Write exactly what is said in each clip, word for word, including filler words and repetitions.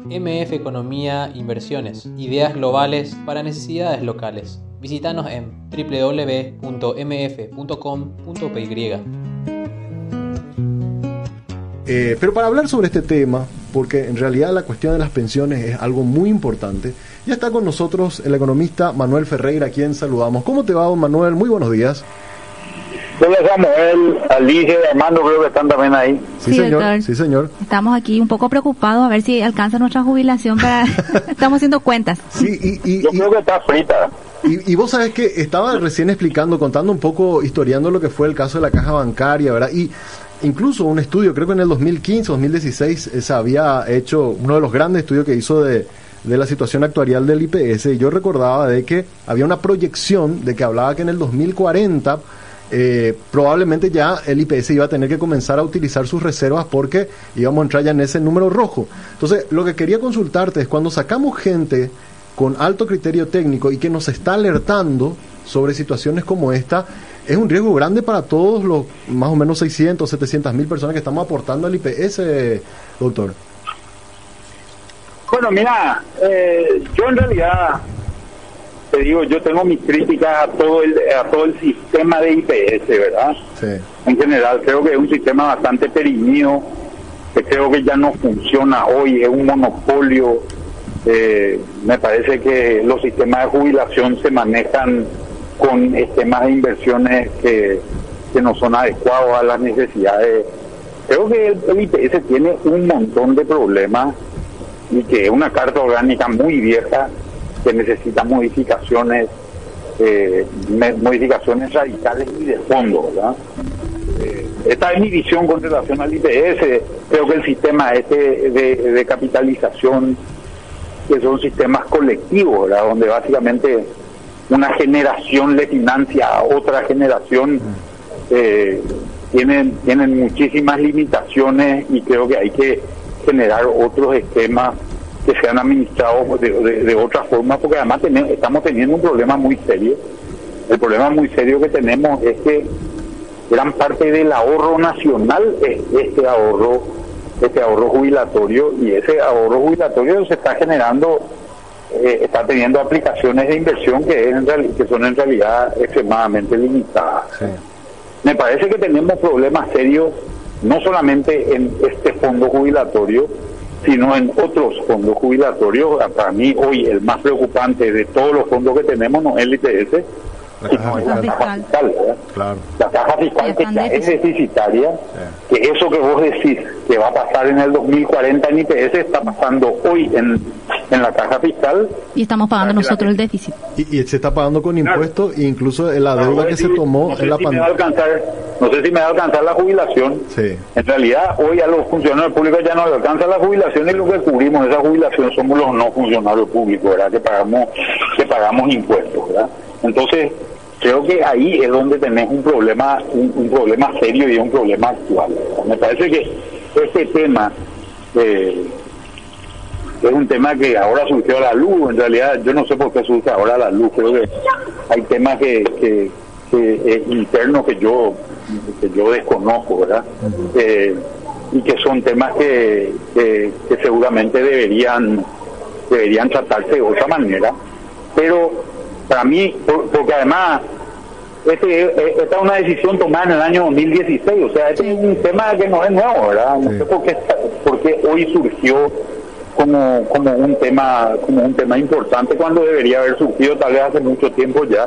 M F Economía Inversiones, ideas globales para necesidades locales. Visítanos en doble u doble u doble u punto m f punto com punto p y. Eh, pero para hablar sobre este tema, porque en realidad la cuestión de las pensiones es algo muy importante, ya está con nosotros el economista Manuel Ferreira, a quien saludamos. ¿Cómo te va, don Manuel? Muy buenos días. Hola Samuel, Alicia, Armando, creo que están también ahí. Sí, Sí, señor. doctor. Sí, señor. Estamos aquí un poco preocupados a ver si alcanza nuestra jubilación para... Estamos haciendo cuentas. Sí, y, y, Yo y, creo que está frita. y, y vos sabés que estaba recién explicando, contando un poco, historiando lo que fue el caso de la caja bancaria, ¿verdad? Y incluso un estudio, creo que en el dos mil quince, dos mil dieciséis, eh, se había hecho uno de los grandes estudios que hizo de, de la situación actuarial del I P S, y yo recordaba de que había una proyección de que hablaba que en el dos mil cuarenta eh, probablemente ya el I P S iba a tener que comenzar a utilizar sus reservas porque íbamos a entrar ya en ese número rojo. Entonces, lo que quería consultarte es cuando sacamos gente con alto criterio técnico y que nos está alertando sobre situaciones como esta, es un riesgo grande para todos los más o menos seiscientos, setecientos mil personas que estamos aportando al I P S, doctor. Bueno, mira, eh, yo en realidad, te digo, yo tengo mis críticas a todo el a todo el sistema de I P S, ¿verdad? Sí. En general, creo que es un sistema bastante perimido, que creo que ya no funciona hoy, es un monopolio. Eh, me parece que los sistemas de jubilación se manejan con esquemas de inversiones que, que no son adecuados a las necesidades. Creo que el, el I P S tiene un montón de problemas y que es una carta orgánica muy vieja que necesita modificaciones, eh, me, modificaciones radicales y de fondo, ¿verdad? Eh, esta es mi visión con relación al I P S. Creo que el sistema este de, de capitalización, que son sistemas colectivos, ¿verdad? Donde básicamente una generación le financia a otra generación, eh, tienen, tienen muchísimas limitaciones y creo que hay que generar otros esquemas que sean administrados de, de, de otra forma, porque además tenemos, estamos teniendo un problema muy serio. El problema muy serio que tenemos es que gran parte del ahorro nacional es este ahorro, este ahorro jubilatorio, y ese ahorro jubilatorio se está generando, eh, está teniendo aplicaciones de inversión que, es en real, que son en realidad extremadamente limitadas. Sí. Me parece que tenemos problemas serios, no solamente en este fondo jubilatorio, sino en otros fondos jubilatorios. Para mí hoy el más preocupante de todos los fondos que tenemos no es el I P S, La sino caja es la fiscal. caja fiscal, ¿verdad? Claro. La caja fiscal que ya es deficitaria, Sí. que eso que vos decís que va a pasar en el dos mil cuarenta en I P S está pasando hoy en, en la caja fiscal. Y estamos pagando nosotros el déficit. Y, y se está pagando con Claro. impuestos, e incluso la No, deuda no que sé se si- tomó no sé en la si me va a pandemia. alcanzar, no sé si me va a alcanzar la jubilación. Sí. En realidad, hoy a los funcionarios públicos ya no les alcanza la jubilación, y lo que cubrimos esa jubilación somos los no funcionarios públicos, ¿verdad? Que pagamos, que pagamos impuestos, ¿verdad? Entonces, creo que ahí es donde tenés un problema, un, un problema serio y un problema actual, ¿verdad? Me parece que este tema eh, es un tema que ahora surgió a la luz. En realidad, yo no sé por qué surge ahora a la luz. Creo que hay temas que, que, que eh, internos que yo que yo desconozco, ¿verdad? Eh, y que son temas que, que, que seguramente deberían deberían tratarse de otra manera. Pero para mí, por, porque además este, esta es una decisión tomada en el año dos mil dieciséis, o sea, este es un tema que no es nuevo, ¿verdad? No Sí. sé por qué, por qué hoy surgió como como un tema como un tema importante cuando debería haber surgido tal vez hace mucho tiempo ya.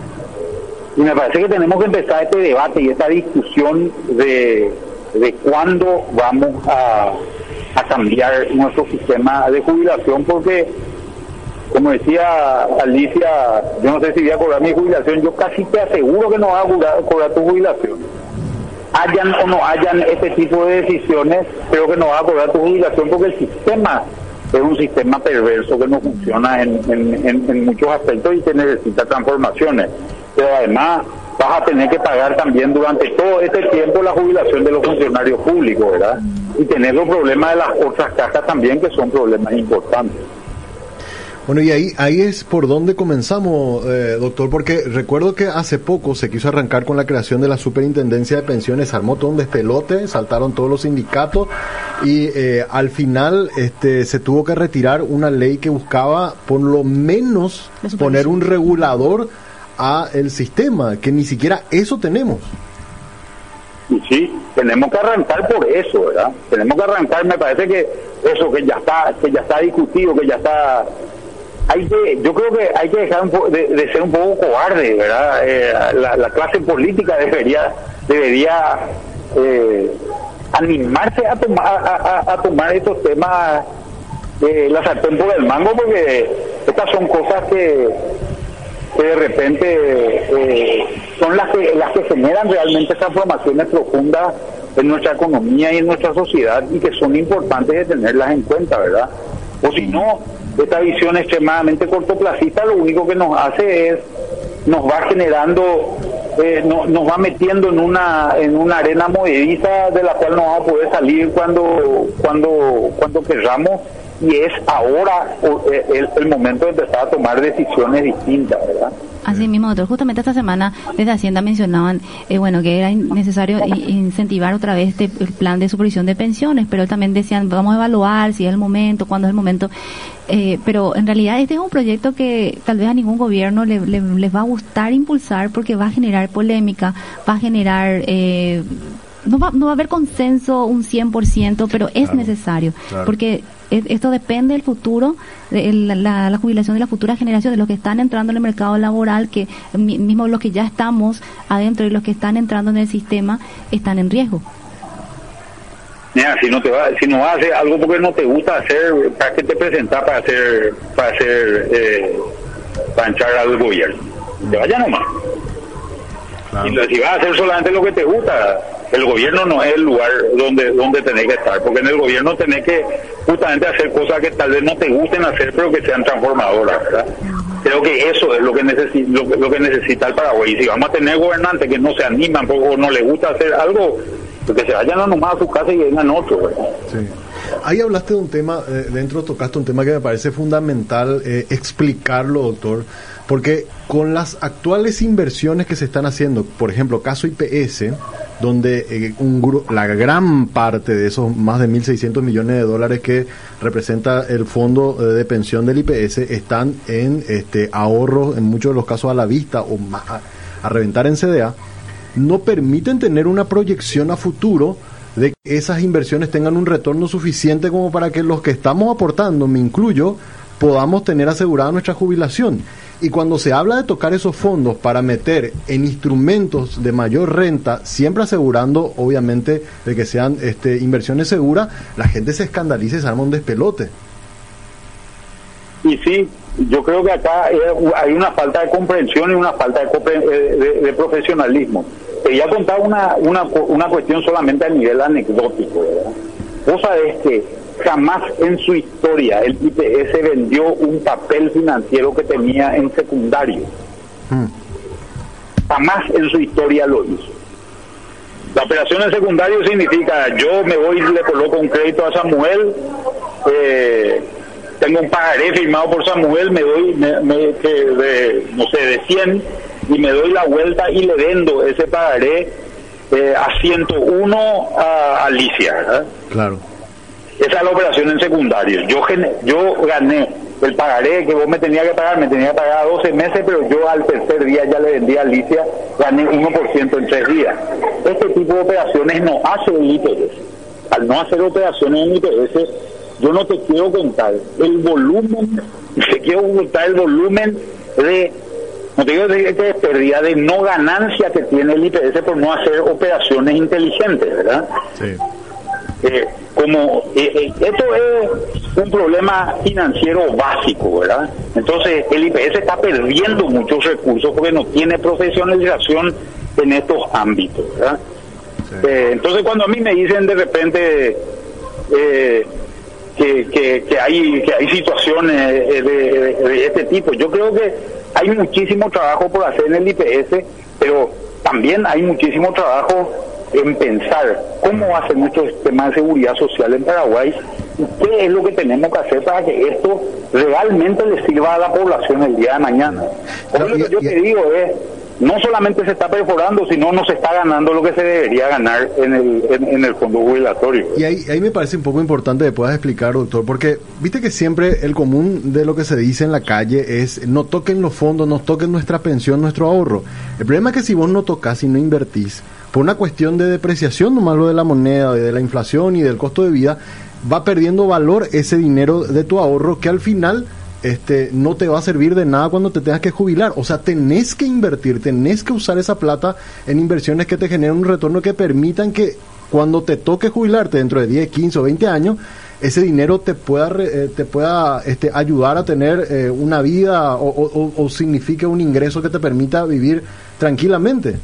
Y me parece que tenemos que empezar este debate y esta discusión de, de cuándo vamos a, a cambiar nuestro sistema de jubilación, porque, como decía Alicia, yo no sé si voy a cobrar mi jubilación, yo casi te aseguro que no vas a cobrar, cobrar tu jubilación. Hayan o no hayan este tipo de decisiones, creo que no vas a cobrar tu jubilación, porque el sistema es un sistema perverso que no funciona en, en, en, en muchos aspectos y que necesita transformaciones. Pero además vas a tener que pagar también durante todo este tiempo la jubilación de los funcionarios públicos, ¿verdad? Y tener los problemas de las otras cajas también, que son problemas importantes. Bueno, y ahí ahí es por donde comenzamos, eh, doctor, porque recuerdo que hace poco se quiso arrancar con la creación de la Superintendencia de Pensiones, se armó todo un despelote, saltaron todos los sindicatos y eh, al final este se tuvo que retirar una ley que buscaba por lo menos poner un regulador a el sistema, que ni siquiera eso tenemos. Y sí, tenemos que arrancar por eso, ¿verdad? Tenemos que arrancar, me parece que eso que ya está, que ya está discutido, que ya está, hay que, yo creo que hay que dejar un po de, de ser un poco cobarde, ¿verdad? Eh, la, la clase política debería, debería eh, animarse a tomar, a, a, a tomar estos temas, eh, la sartén por el mango, porque estas son cosas que que de repente eh, son las que las que generan realmente transformaciones profundas en nuestra economía y en nuestra sociedad y que son importantes de tenerlas en cuenta, ¿verdad? O si no, esta visión extremadamente cortoplacista lo único que nos hace es, nos va generando, eh, no, nos va metiendo en una en una arena movediza de la cual no vamos a poder salir cuando cuando cuando querramos. Y es ahora el, el momento de empezar a tomar decisiones distintas, ¿verdad? Así mismo, doctor. Justamente esta semana desde Hacienda mencionaban eh, bueno, que era necesario incentivar otra vez este, el plan de supervisión de pensiones, pero también decían, vamos a evaluar si es el momento, cuándo es el momento. Eh, pero en realidad este es un proyecto que tal vez a ningún gobierno le, le, les va a gustar impulsar porque va a generar polémica, va a generar... Eh, no va, no va a haber consenso un cien por ciento, pero es claro, necesario, claro. porque esto depende del futuro, de la, la, la jubilación de la futura generación, de los que están entrando en el mercado laboral, que mismo los que ya estamos adentro y los que están entrando en el sistema están en riesgo. Mira, si no te va, si no vas a hacer algo porque no te gusta hacer, ¿para qué te presentas para hacer, para hacer, eh, para entrar al gobierno? Te vaya nomás. Claro. Y si vas a hacer solamente lo que te gusta, el gobierno no es el lugar donde donde tenés que estar, porque en el gobierno tenés que justamente hacer cosas que tal vez no te gusten hacer, pero que sean transformadoras, ¿verdad? Creo que eso es lo que, necesi lo, que, lo que necesita el Paraguay. Y si vamos a tener gobernantes que no se animan o no les gusta hacer algo, pues que se vayan nomás a su casa y vengan otros, ¿verdad? Sí. Ahí hablaste de un tema, eh, dentro tocaste un tema que me parece fundamental eh, explicarlo, doctor, porque con las actuales inversiones que se están haciendo, por ejemplo, caso I P S, donde eh, un la gran parte de esos más de mil seiscientos millones de dólares que representa el fondo eh, de pensión del I P S están en este ahorros, en muchos de los casos a la vista o a, a reventar en C D A, no permiten tener una proyección a futuro de que esas inversiones tengan un retorno suficiente como para que los que estamos aportando, me incluyo, podamos tener asegurada nuestra jubilación. Y cuando se habla de tocar esos fondos para meter en instrumentos de mayor renta, siempre asegurando, obviamente, de que sean este, inversiones seguras, la gente se escandaliza y se arma un despelote. Y sí, yo creo que acá eh, hay una falta de comprensión y una falta de, de, de profesionalismo. Te voy a contar una, una, una cuestión solamente a nivel anecdótico, ¿verdad? Vos sabés que jamás en su historia el I P S vendió un papel financiero que tenía en secundario. Hmm. Jamás en su historia lo hizo. La operación en secundario significa, yo me voy y le coloco un crédito a Samuel, eh, tengo un pagaré firmado por Samuel, me doy, me, me, que de, no sé, de cien, y me doy la vuelta y le vendo ese pagaré eh, a ciento uno a Alicia, ¿verdad? Claro. Esa es la operación en secundario. Yo yo gané el pagaré que vos me tenías que pagar, me tenía que pagar a doce meses, pero yo al tercer día ya le vendí a Alicia, gané uno por ciento en tres días. Este tipo de operaciones no hace el I P S. Al no hacer operaciones en I P S, yo no te quiero contar el volumen, te quiero contar el volumen de, no te digo de, de pérdida, de no ganancia que tiene el I P S por no hacer operaciones inteligentes, ¿verdad? Sí. Eh, como eh, eh, esto es un problema financiero básico, ¿verdad? Entonces el I P S está perdiendo muchos recursos porque no tiene profesionalización en estos ámbitos, ¿verdad? Sí. Eh, entonces cuando a mí me dicen de repente eh, que, que, que hay que hay situaciones de, de, de este tipo, yo creo que hay muchísimo trabajo por hacer en el I P S, pero también hay muchísimo trabajo en pensar cómo va a ser nuestro sistema de seguridad social en Paraguay ¿Qué es lo que tenemos que hacer para que esto realmente le sirva a la población el día de mañana? Hoy lo que yo te digo es, no solamente se está perforando, sino no se está ganando lo que se debería ganar en el, en, en el fondo jubilatorio. Y ahí, ahí me parece un poco importante que puedas explicar, doctor, porque viste que siempre el común de lo que se dice en la calle es no toquen los fondos, no toquen nuestra pensión, nuestro ahorro. El problema es que si vos no tocas y no invertís, por una cuestión de depreciación nomás lo de la moneda, de la inflación y del costo de vida, va perdiendo valor ese dinero de tu ahorro que al final este no te va a servir de nada cuando te tengas que jubilar. O sea, tenés que invertir, tenés que usar esa plata en inversiones que te generen un retorno que permitan que cuando te toque jubilarte dentro de diez, quince o veinte años, ese dinero te pueda eh, te pueda este, ayudar a tener eh, una vida o, o, o signifique un ingreso que te permita vivir tranquilamente.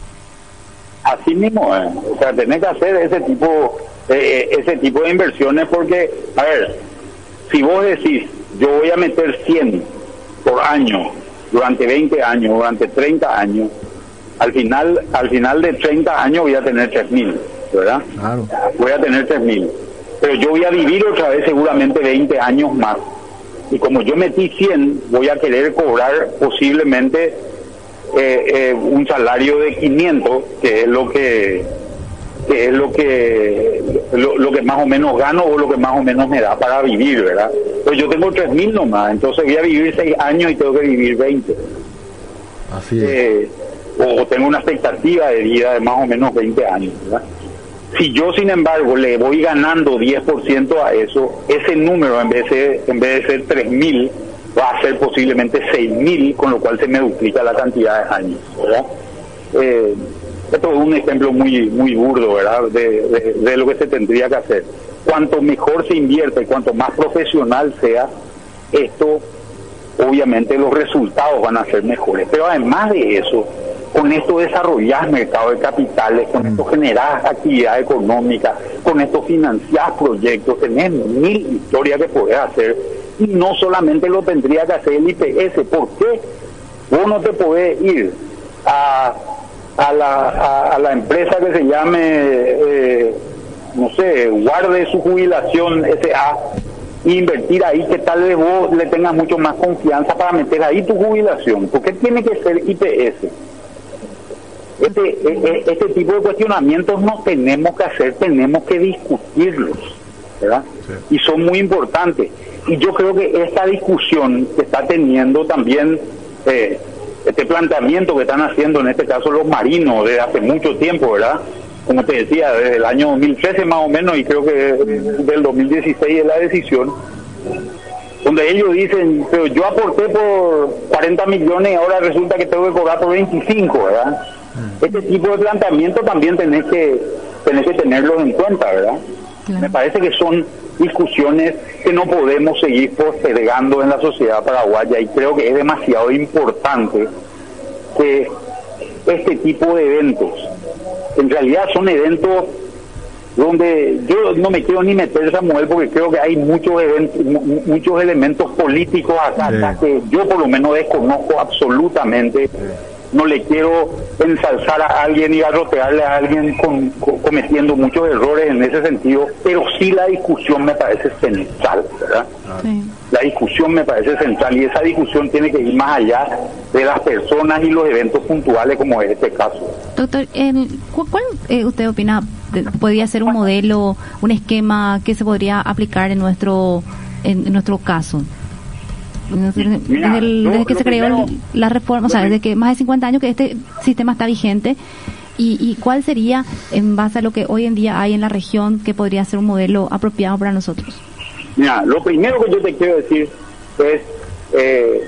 Así mismo, eh. o sea, tenés que hacer ese tipo eh, ese tipo de inversiones porque, a ver, si vos decís, yo voy a meter cien por año, durante veinte años, durante treinta años, al final al final de treinta años voy a tener tres mil, ¿verdad? Claro. Voy a tener tres mil. Pero yo voy a vivir otra vez seguramente veinte años más. Y como yo metí cien, voy a querer cobrar posiblemente eh, eh, un salario de quinientos, que es lo que... que es lo que lo, lo que más o menos gano o lo que más o menos me da para vivir, ¿verdad? Pues yo tengo tres mil nomás, entonces voy a vivir seis años y tengo que vivir veinte. Así es. Eh, o, o tengo una expectativa de vida de más o menos veinte años, ¿verdad? Si yo, sin embargo, le voy ganando diez por ciento a eso, ese número, en vez de, en vez de ser tres mil, va a ser posiblemente seis mil, con lo cual se me duplica la cantidad de años, ¿verdad? Eh, Esto es un ejemplo muy muy burdo, ¿verdad?, de, de, de lo que se tendría que hacer. Cuanto mejor se invierta y cuanto más profesional sea esto, obviamente los resultados van a ser mejores. Pero además de eso, con esto desarrollás mercado de capitales, con esto generás actividad económica, con esto financiás proyectos, tenés mil historias que podés hacer, y no solamente lo tendría que hacer el I P S. ¿Por qué? Vos no te podés ir a... A la, a, a la empresa que se llame, eh, no sé, guarde su jubilación S A, e invertir ahí, que tal vez vos le tengas mucho más confianza para meter ahí tu jubilación. ¿Por qué tiene que ser I P S? Este, este, este tipo de cuestionamientos no tenemos que hacer, tenemos que discutirlos, ¿verdad? Sí. Y son muy importantes. Y yo creo que esta discusión que está teniendo también... Eh, este planteamiento que están haciendo en este caso los marinos desde hace mucho tiempo, ¿verdad? Como te decía, desde el año dos mil trece más o menos, y creo que del dos mil dieciséis es la decisión, donde ellos dicen, pero yo aporté por cuarenta millones y ahora resulta que tengo que cobrar por veinticinco, ¿verdad? Este tipo de planteamiento también tenés que, tenés que tenerlos en cuenta, ¿verdad? Claro. Me parece que son discusiones que no podemos seguir postergando en la sociedad paraguaya, y creo que es demasiado importante que este tipo de eventos, en realidad son eventos donde yo no me quiero ni meter, Samuel, porque creo que hay muchos eventos, muchos elementos políticos acá, sí, acá que yo por lo menos desconozco absolutamente. Sí. No le quiero ensalzar a alguien y garrotearle a alguien con, con, cometiendo muchos errores en ese sentido, pero sí la discusión me parece central, ¿verdad? Sí. La discusión me parece central, y esa discusión tiene que ir más allá de las personas y los eventos puntuales como es este caso. Doctor, eh, ¿cuál eh, usted opina de, podría ser un modelo, un esquema que se podría aplicar en nuestro en, en nuestro caso? Desde, Mira, desde, el, desde que se creó primero, la reforma, o sea, desde que más de cincuenta años que este sistema está vigente, y, y cuál sería, en base a lo que hoy en día hay en la región, que podría ser un modelo apropiado para nosotros. Mira, lo primero que yo te quiero decir es, eh,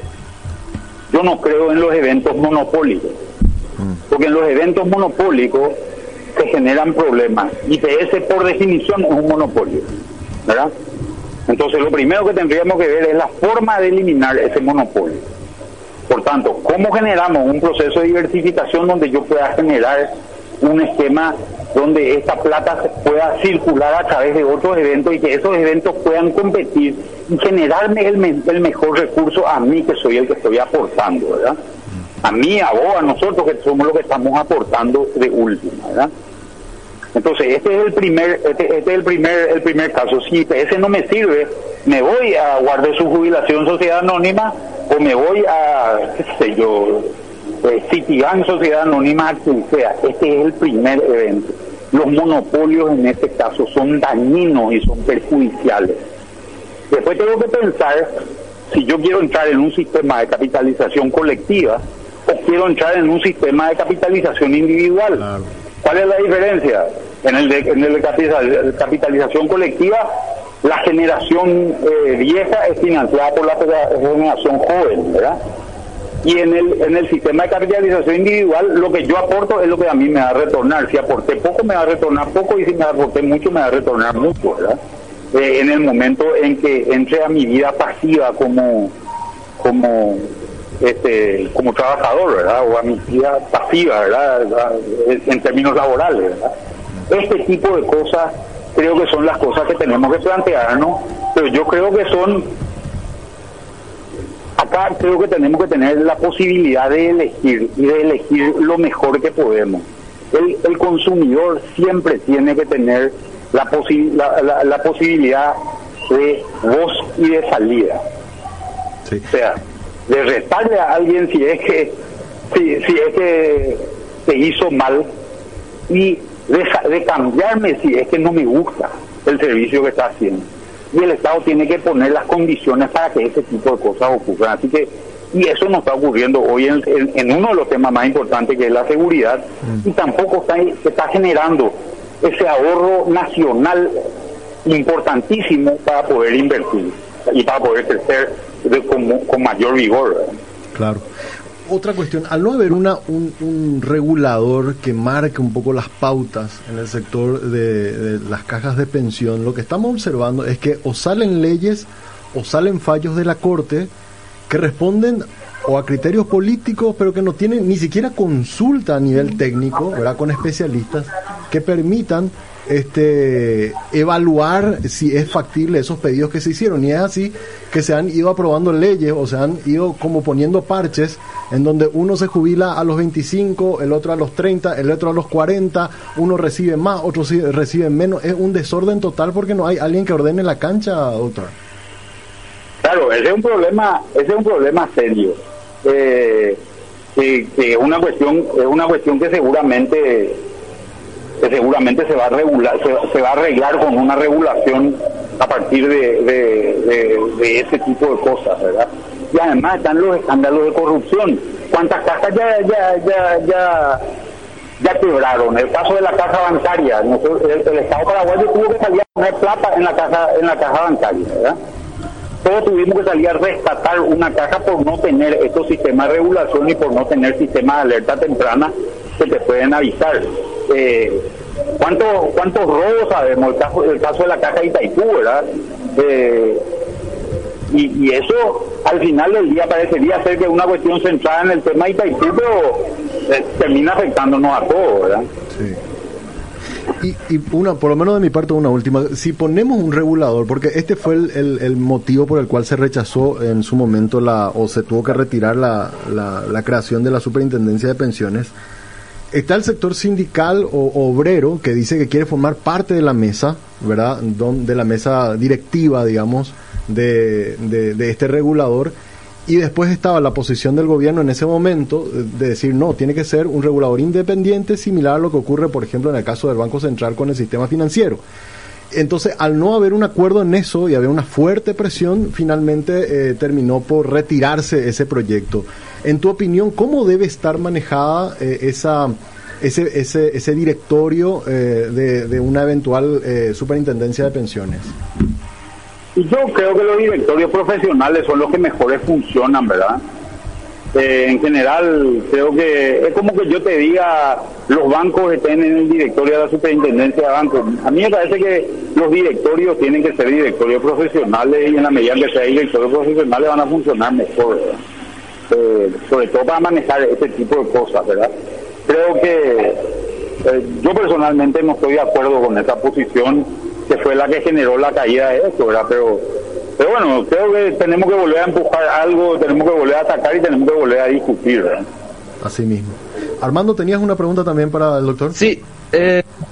yo no creo en los eventos monopólicos, porque en los eventos monopólicos se generan problemas, y I P S por definición es un monopolio, ¿verdad? Entonces lo primero que tendríamos que ver es la forma de eliminar ese monopolio. Por tanto, ¿cómo generamos un proceso de diversificación donde yo pueda generar un esquema donde esta plata pueda circular a través de otros eventos y que esos eventos puedan competir y generarme el, me el mejor recurso a mí, que soy el que estoy aportando, ¿verdad? A mí, a vos, a nosotros, que somos los que estamos aportando de última, ¿verdad? Entonces, este es el primer, este, este es el primer, el primer caso. Si ese no me sirve, me voy a guardar su jubilación sociedad anónima o me voy a, qué sé yo, eh, Citibank sociedad anónima, a quien sea. Este es el primer evento. Los monopolios en este caso son dañinos y son perjudiciales. Después tengo que pensar si yo quiero entrar en un sistema de capitalización colectiva o quiero entrar en un sistema de capitalización individual. Claro. ¿Cuál es la diferencia? En el de, en el de capitalización colectiva, la generación eh, vieja es financiada por la generación joven, ¿verdad? Y en el en el sistema de capitalización individual, lo que yo aporto es lo que a mí me va a retornar. Si aporté poco, me va a retornar poco, y si me aporté mucho, me va a retornar mucho, ¿verdad? Eh, en el momento en que entre a mi vida pasiva como como este como trabajador, ¿verdad? O a mi vida pasiva, ¿verdad? En términos laborales, ¿verdad? Este tipo de cosas creo que son las cosas que tenemos que plantearnos, pero yo creo que son, acá creo que tenemos que tener la posibilidad de elegir, y de elegir lo mejor que podemos. El, el consumidor siempre tiene que tener la, posi la, la, la posibilidad de voz y de salida. Sí. O sea, de restarle a alguien si es que si, si es que se hizo mal, y de, de cambiarme si es que no me gusta el servicio que está haciendo. Y el Estado tiene que poner las condiciones para que ese tipo de cosas ocurran. Así que, y eso no está ocurriendo hoy en, en, en uno de los temas más importantes, que es la seguridad, mm. y tampoco está, está generando ese ahorro nacional importantísimo para poder invertir y para poder crecer de, con, con mayor vigor, ¿verdad? Claro. Otra cuestión, al no haber una un, un regulador que marque un poco las pautas en el sector de, de las cajas de pensión, lo que estamos observando es que o salen leyes o salen fallos de la Corte que responden o a criterios políticos, pero que no tienen ni siquiera consulta a nivel técnico, ¿verdad?, con especialistas que permitan este evaluar si es factible esos pedidos que se hicieron. Y es así que se han ido aprobando leyes o se han ido como poniendo parches en donde uno se jubila a los veinticinco, el otro a los treinta, el otro a los cuarenta, uno recibe más, otros reciben menos. Es un desorden total porque no hay alguien que ordene la cancha, doctor. Claro, ese es un problema, ese es un problema serio. Eh, que, que es una cuestión, es una cuestión que seguramente que seguramente se va a regular, se, se va a arreglar con una regulación a partir de, de, de, de ese tipo de cosas, ¿verdad? Y además están los escándalos de corrupción. ¿Cuántas cajas ya ya ya ya ya quebraron? El caso de la caja bancaria, el, el Estado paraguayo tuvo que salir a poner plata en la caja en la caja bancaria, ¿verdad? Todos tuvimos que salir a rescatar una caja por no tener estos sistemas de regulación y por no tener sistemas de alerta temprana que te pueden avisar. Eh, ¿cuántos, ¿Cuántos robos sabemos? El caso, el caso de la caja de Itaipú, ¿verdad? Eh, y, y eso al final del día parecería ser que es una cuestión centrada en el tema de Itaipú, pero eh, termina afectándonos a todos, ¿verdad? Sí. Y, y una, por lo menos de mi parte, una última. Si ponemos un regulador, porque este fue el, el, el motivo por el cual se rechazó en su momento la o se tuvo que retirar la, la, la creación de la Superintendencia de Pensiones. Está el sector sindical o obrero que dice que quiere formar parte de la mesa, ¿verdad? De la mesa directiva, digamos, de, de, de este regulador. Y después estaba la posición del gobierno en ese momento de decir, no, tiene que ser un regulador independiente, similar a lo que ocurre, por ejemplo, en el caso del Banco Central con el sistema financiero. Entonces, al no haber un acuerdo en eso y haber una fuerte presión, finalmente eh, terminó por retirarse ese proyecto. En tu opinión, ¿cómo debe estar manejada eh, esa ese ese ese directorio eh, de, de una eventual eh, superintendencia de pensiones? Y yo creo que los directorios profesionales son los que mejores funcionan, ¿verdad? Eh, en general, creo que es como que yo te diga, los bancos estén en el directorio de la superintendencia de bancos. A mí me parece que los directorios tienen que ser directorios profesionales y en la medida que sea directorios profesionales van a funcionar mejor, ¿verdad? Eh, sobre todo para manejar este tipo de cosas, ¿verdad? Creo que eh, yo personalmente no estoy de acuerdo con esa posición que fue la que generó la caída de esto, ¿verdad? Pero, pero bueno, creo que tenemos que volver a empujar algo, tenemos que volver a atacar y tenemos que volver a discutir, ¿verdad? Así mismo. Armando, ¿tenías una pregunta también para el doctor? Sí, eh,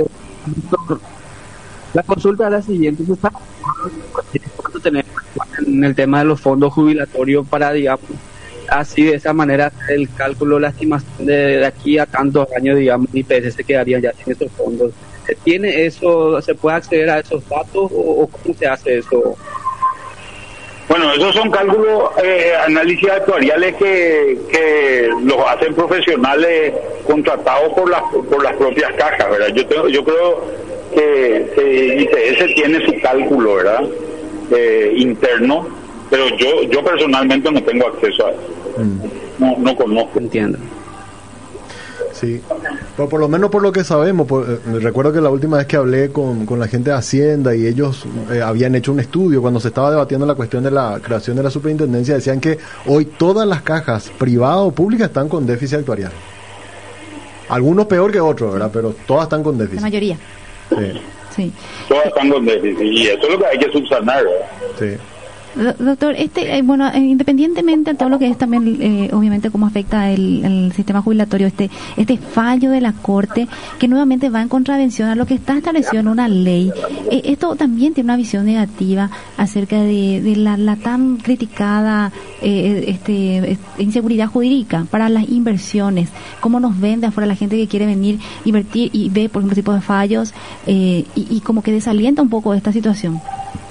La consulta es la siguiente: ¿cuánto tenemos en el tema de los fondos jubilatorios para, digamos, así de esa manera el cálculo, la estimación de, de aquí a tantos años, digamos, I P S se quedarían ya sin esos fondos? ¿Se tiene eso, se puede acceder a esos datos o, o cómo se hace eso? Bueno, esos son cálculos, eh, análisis actuariales que, que los hacen profesionales contratados por las por las propias cajas, ¿verdad? Yo tengo, yo creo que, que I P S tiene su cálculo, ¿verdad? Eh, interno, pero yo yo personalmente no tengo acceso a eso. Mm. No, no conozco. Entiendo. Sí, pero por lo menos por lo que sabemos, por, eh, recuerdo que la última vez que hablé con, con la gente de Hacienda y ellos eh, habían hecho un estudio cuando se estaba debatiendo la cuestión de la creación de la superintendencia, decían que hoy todas las cajas, privadas o públicas, están con déficit actuarial. Algunos peor que otros, ¿verdad? Pero todas están con déficit. La mayoría. Sí. Sí. Todas están con déficit y eso es lo que hay que subsanar, ¿verdad? Sí. Doctor, este, eh, bueno, eh, independientemente de todo lo que es también, eh, obviamente, cómo afecta el, el sistema jubilatorio, este, este fallo de la Corte, que nuevamente va en contravención a lo que está establecido en una ley, eh, esto también tiene una visión negativa acerca de, de la, la tan criticada eh, este, inseguridad jurídica para las inversiones, cómo nos vende afuera la gente que quiere venir, invertir y ve, por ejemplo, tipos de fallos, eh, y, y como que desalienta un poco esta situación.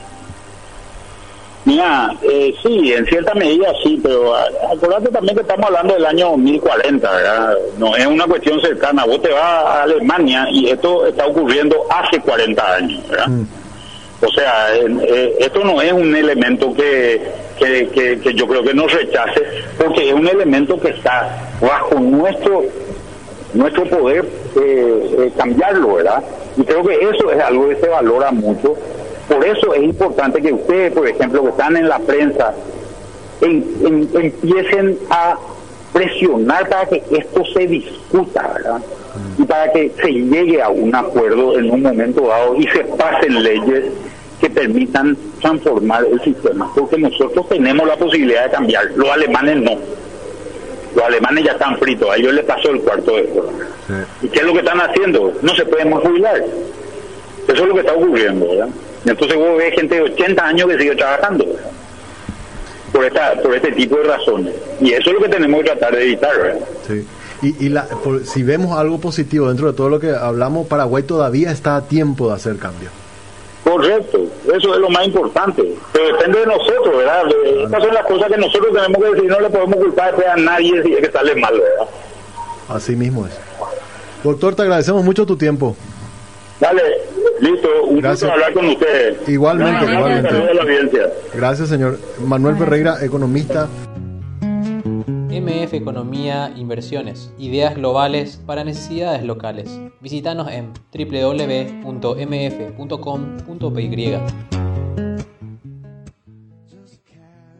Mira, eh, sí, en cierta medida sí, pero acordate también que estamos hablando del año dos mil cuarenta, ¿verdad? No es una cuestión cercana. Vos te vas a Alemania y esto está ocurriendo hace cuarenta años, ¿verdad? Mm. O sea, eh, esto no es un elemento que, que, que, que yo creo que nos rechace, porque es un elemento que está bajo nuestro nuestro poder eh, eh, cambiarlo, ¿verdad? Y creo que eso es algo que se valora mucho. Por eso es importante que ustedes, por ejemplo, que están en la prensa, en, en, empiecen a presionar para que esto se discuta, ¿verdad? Y para que se llegue a un acuerdo en un momento dado y se pasen leyes que permitan transformar el sistema. Porque nosotros tenemos la posibilidad de cambiar, los alemanes no. Los alemanes ya están fritos, a ellos les pasó el cuarto de hora. Sí. ¿Y qué es lo que están haciendo? No se pueden más jubilar. Eso es lo que está ocurriendo, ¿verdad? Entonces vos ves gente de ochenta años que sigue trabajando, ¿verdad? Por esta, por este tipo de razones. Y eso es lo que tenemos que tratar de evitar, ¿verdad? Sí. Y, y la, por, si vemos algo positivo dentro de todo lo que hablamos, Paraguay todavía está a tiempo de hacer cambios. Correcto, eso es lo más importante. Pero depende de nosotros, ¿verdad? De, estas son las cosas que nosotros tenemos que decir, no le podemos culpar a nadie si es que sale mal, ¿verdad? Así mismo es. Doctor, te agradecemos mucho tu tiempo. Dale, listo, un gusto hablar con ustedes. Igualmente, no, igualmente. No, la audiencia. Gracias, señor. Manuel Ferreira, economista. M F Economía Inversiones, ideas globales para necesidades locales. Visítanos en doble u doble u doble u punto m f punto com punto p y.